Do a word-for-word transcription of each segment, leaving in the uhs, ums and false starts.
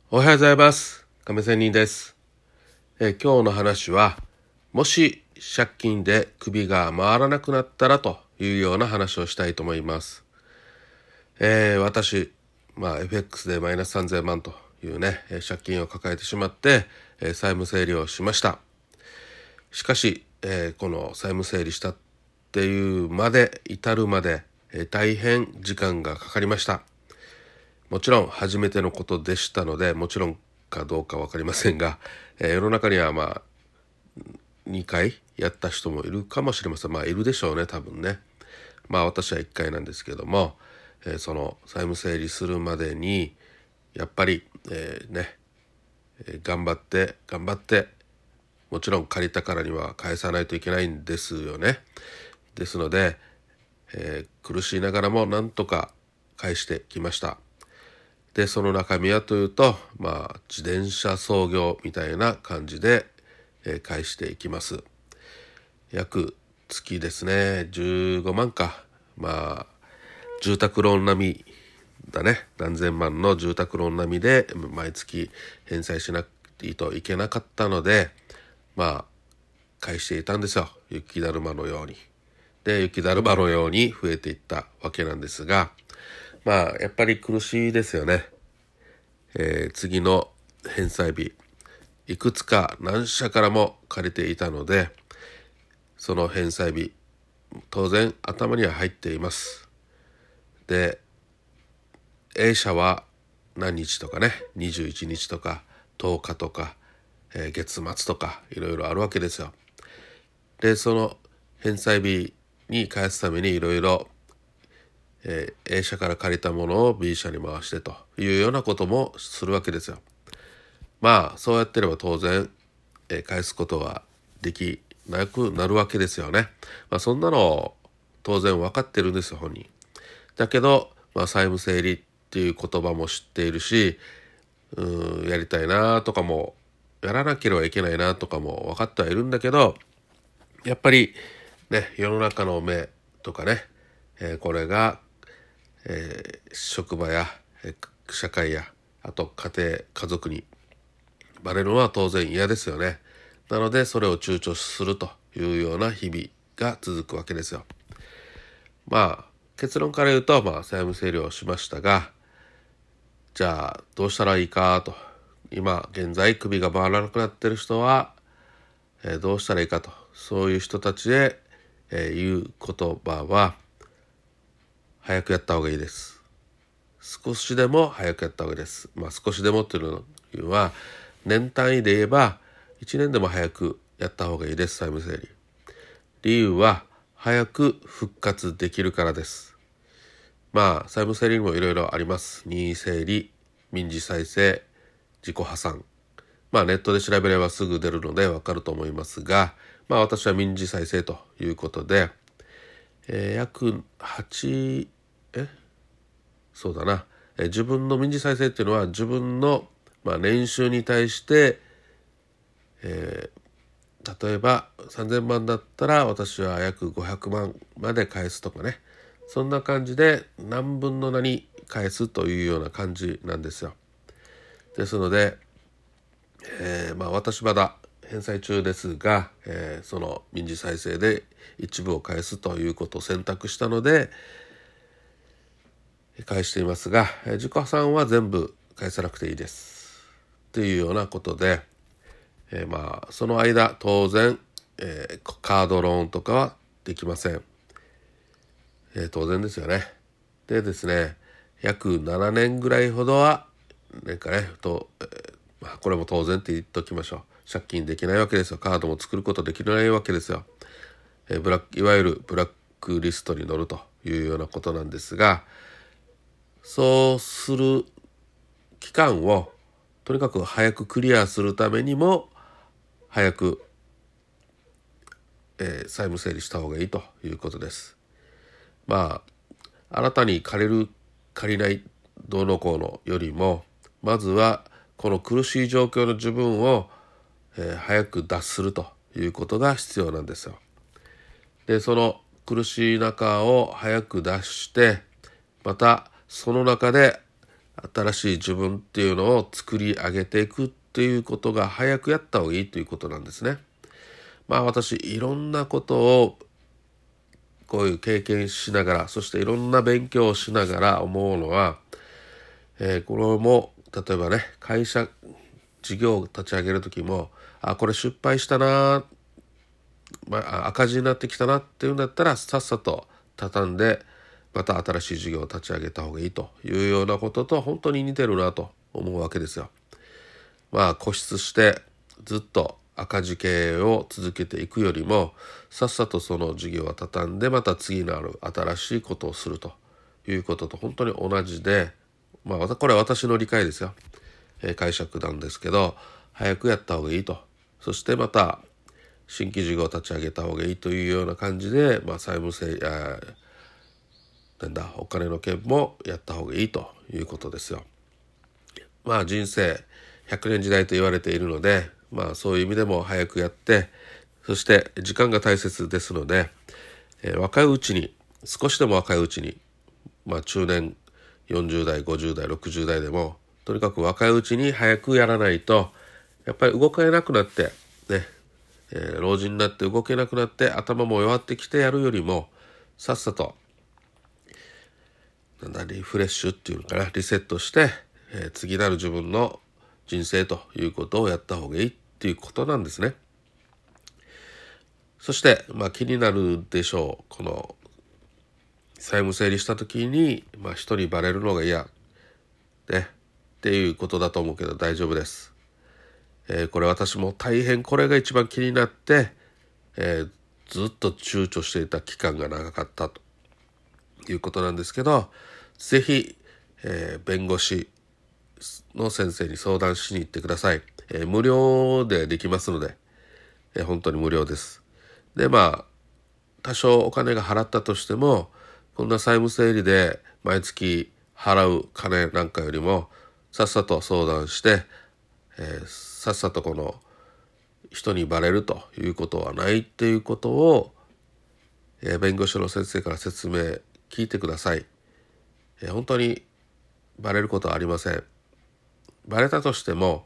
おはようございます。亀仙人です。えー今日の話は、もし借金で首が回らなくなったらというような話をしたいと思います。えー私、まあ、エフエックス でマイナスさんぜんまんというね、えー借金を抱えてしまって、えー債務整理をしました。しかし、えーこの債務整理したっていうまで至るまで、えー大変時間がかかりました。もちろん初めてのことでしたので、もちろんかどうか分かりませんが、えー世の中にはまあにかいやった人もいるかもしれません。まあいるでしょうね、多分ね。まあ私はいっかいなんですけども、えーその債務整理するまでにやっぱり、えーね、えー頑張って頑張ってもちろん借りたからには返さないといけないんですよね。ですので、えー苦しいながらもなんとか返してきました。でその中身はというと、まあ自転車操業みたいな感じで、えー返していきます。約月ですねじゅうごまんか。まあ住宅ローン並みだね。何千万の住宅ローン並みで毎月返済しなくていいといけなかったので、まあ返していたんですよ、雪だるまのように。で雪だるまのように増えていったわけなんですが、まあやっぱり苦しいですよね。えー次の返済日、いくつか何社からも借りていたので、その返済日当然頭には入っています。で A 社は何日とかね、にじゅういちにちとかとおかとか、えー月末とかいろいろあるわけですよ。でその返済日に返すためにいろいろ A 社から借りたものを B 社に回してというようなこともするわけですよ。まあそうやってれば当然、えー返すことができなくなるわけですよね。まあそんなの当然分かってるんですよ、本人。だけど、まあ、債務整理っていう言葉も知っているし、うーんやりたいなとかもやらなければいけないなとかも分かってはいるんだけど、やっぱりね、世の中の目とかね、えーこれが、えー職場や、えー社会やあと家庭家族にバレるのは当然嫌ですよね。なのでそれを躊躇するというような日々が続くわけですよ。まあ結論から言うと、まあ債務整理をしましたが、じゃあどうしたらいいかと、今現在首が回らなくなっている人は、えーどうしたらいいかと、そういう人たちへ、えー言う言葉は、早くやった方がいいです。少しでも早くやった方がいいです。まあ少しでもっていうのは年単位で言えばいちねんでも早くやった方がいいです。債務整理。理由は早く復活できるからです。まあ債務整理にもいろいろあります。任意整理、民事再生、自己破産。まあネットで調べればすぐ出るのでわかると思いますが、まあ私は民事再生ということで、えー約はちえそうだな、えー自分の民事再生っていうのは自分の、まあ、年収に対して、えー例えばさんぜんまんだったら私は約ごひゃくまんまで返すとかね、そんな感じで何分の何返すというような感じなんですよ。ですので、えーまあ、私まだ返済中ですが、えーその民事再生で一部を返すということを選択したので返していますが、えー自己破産は全部返さなくていいですというようなことで、えーまあその間当然、えーカードローンとかはできません。えー当然ですよね。でですね、約ななねんぐらいほどはなんかねと、えーまあ、これも当然って言っときましょう。借金できないわけですよ。カードも作ることできないわけですよ。えーブラックいわゆるブラックリストに載るというようなことなんですが、そうする期間をとにかく早くクリアするためにも早く、えー債務整理した方がいいということです。まあ新たに借りる借りないどうのこうのよりも、まずはこの苦しい状況の自分を、えー早く脱するということが必要なんですよ。でその苦しい中を早く脱して、またその中で新しい自分っていうのを作り上げていくっていうことが早くやった方がいいということなんですね。まあ私いろんなことをこういう経験しながら、そしていろんな勉強をしながら思うのは、えー、これも例えばね、会社事業を立ち上げる時も、あこれ失敗したな、まあ、赤字になってきたなっていうんだったら、さっさと畳んでまた新しい事業を立ち上げた方がいいというようなことと本当に似てるなと思うわけですよ。まあ固執してずっと赤字経営を続けていくよりも、さっさとその事業を畳んでまた次のある新しいことをするということと本当に同じで、まあこれは私の理解ですよ、えー、解釈なんですけど、早くやった方がいいと、そしてまた新規事業を立ち上げた方がいいというような感じで、まあ、債務整あなんだお金の件もやった方がいいということですよ。まあ人生ひゃくねん時代と言われているので、まあそういう意味でも早くやって、そして時間が大切ですので、えー、若いうちに、少しでも若いうちに、まあ中年よんじゅう代ごじゅう代ろくじゅう代でもとにかく若いうちに早くやらないと、やっぱり動けなくなってね、えー、老人になって動けなくなって頭も弱ってきてやるよりも、さっさとなんだリフレッシュっていうのかな、リセットして、えー、次なる自分の人生ということをやった方がいいっていうことなんですね。そして、まあ、気になるでしょう、この債務整理した時に、まあ、人にバレるのが嫌ねっていうことだと思うけど大丈夫です。えー、これ私も大変これが一番気になって、えー、ずっと躊躇していた期間が長かったということなんですけど、ぜひ、えー、弁護士の先生に相談しに行ってください。えー、無料でできますので、えー、本当に無料です。でまあ多少お金が払ったとしても、こんな債務整理で毎月払う金なんかよりもさっさと相談して、えー、さっさとこの人にバレるということはないっていうことを、えー、弁護士の先生から説明聞いてください。えー、本当にバレることはありません。バレたとしても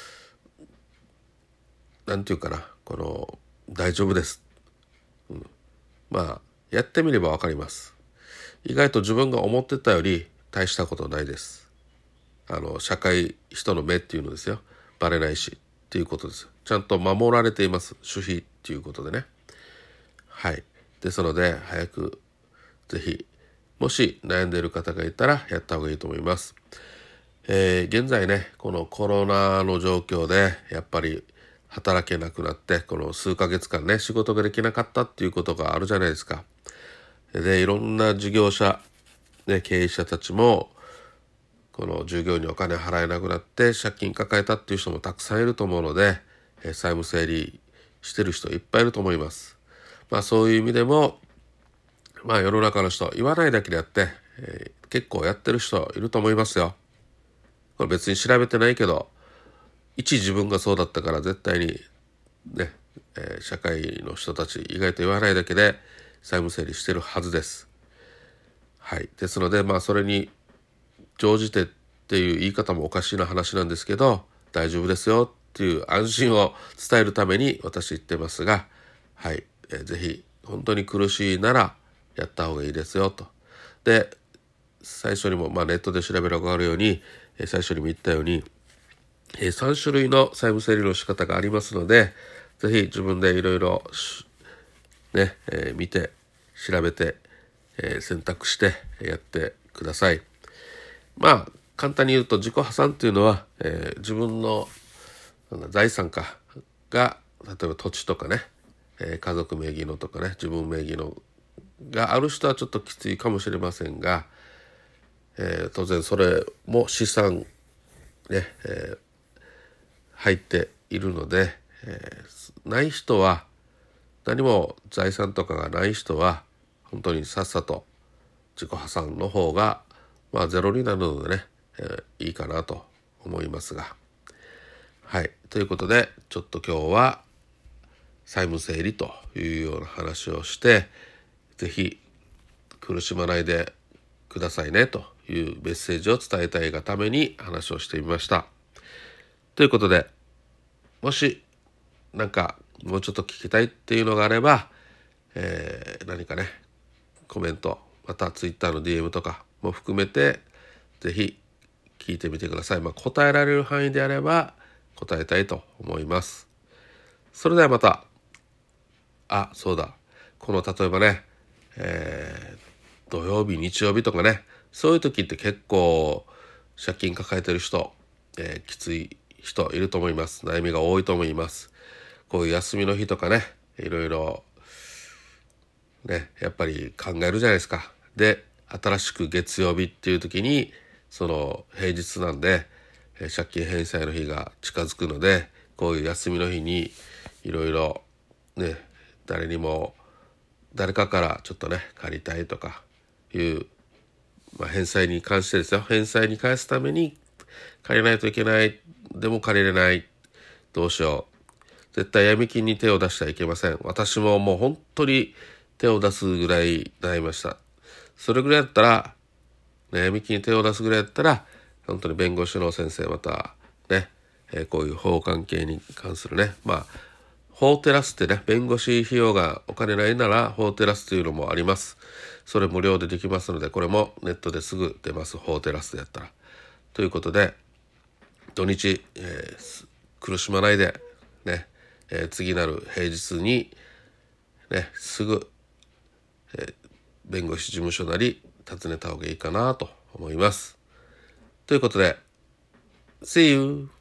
なんていうかな、この大丈夫です、うん、まあやってみればわかります。意外と自分が思ってたより大したことないです。あの社会人の目っていうのですよ、バレないしっていうことです。ちゃんと守られています、守秘っていうことでね。はいですので早くぜひ、もし悩んでいる方がいたらやった方がいいと思います。えー、現在ねこのコロナの状況でやっぱり働けなくなって、この数ヶ月間ね仕事ができなかったっていうことがあるじゃないですか。でいろんな事業者、ね、経営者たちもこの従業員にお金払えなくなって借金抱えたっていう人もたくさんいると思うので、えー、債務整理してる人いっぱいいると思います。まあそういう意味でも、まあ世の中の人言わないだけであって、えー、結構やってる人いると思いますよ。これ別に調べてないけど、一自分がそうだったから絶対にね、えー、社会の人たち意外と言わないだけで債務整理してるはずです。はい、ですのでまあそれに乗じてっていう言い方もおかしいな話なんですけど、大丈夫ですよっていう安心を伝えるために私言ってますが、はい、えー、ぜひ本当に苦しいならやった方がいいですよと。で最初にも、まあ、ネットで調べれば分かるように、えー、最初にも言ったように、えー、さん種類の債務整理の仕方がありますので、ぜひ自分でいろいろね、えー、見て調べて、えー、選択してやってください。まあ簡単に言うと自己破産っていうのは、えー、自分の財産かが例えば土地とかね、えー、家族名義のとかね自分名義のがある人はちょっときついかもしれませんが、えー、当然それも資産ね、えー、入っているので、えー、ない人は何も財産とかがない人は本当にさっさと自己破産の方がまあゼロになるのでね、えー、いいかなと思いますが、はいということでちょっと今日は債務整理というような話をして、ぜひ苦しまないでくださいねというメッセージを伝えたいがために話をしてみました。ということで、もしなんかもうちょっと聞きたいっていうのがあれば、えー、何かねコメントまたツイッターの ディーエム とかも含めてぜひ聞いてみてください。まあ、答えられる範囲であれば答えたいと思います。それではまた。あ、そうだ。この例えばね、えー、土曜日日曜日とかね、そういう時って結構借金抱えてる人、えー、きつい人いると思います。悩みが多いと思います。こういう休みの日とかね、いろいろねやっぱり考えるじゃないですか。で新しく月曜日っていう時にその平日なんで、えー、借金返済の日が近づくので、こういう休みの日にいろいろね誰にも誰かからちょっとね借りたいとかいう、まあ、返済に関してですよ。返済に返すために借りないといけない、でも借りれない、どうしよう、絶対闇金に手を出してはいけません。私ももう本当に手を出すぐらい悩みました。それぐらいだったら、ね、闇金に手を出すぐらいだったら本当に弁護士の先生またね、えー、こういう法関係に関するね、まあ法テラスってね、弁護士費用がお金ないなら法テラスというのもあります。それ無料でできますので、これもネットですぐ出ます。法テラスでやったら。ということで、土日、えー、苦しまないでね、えー、次なる平日にねすぐ、えー、弁護士事務所なり訪ねた方がいいかなと思います。ということで、See you!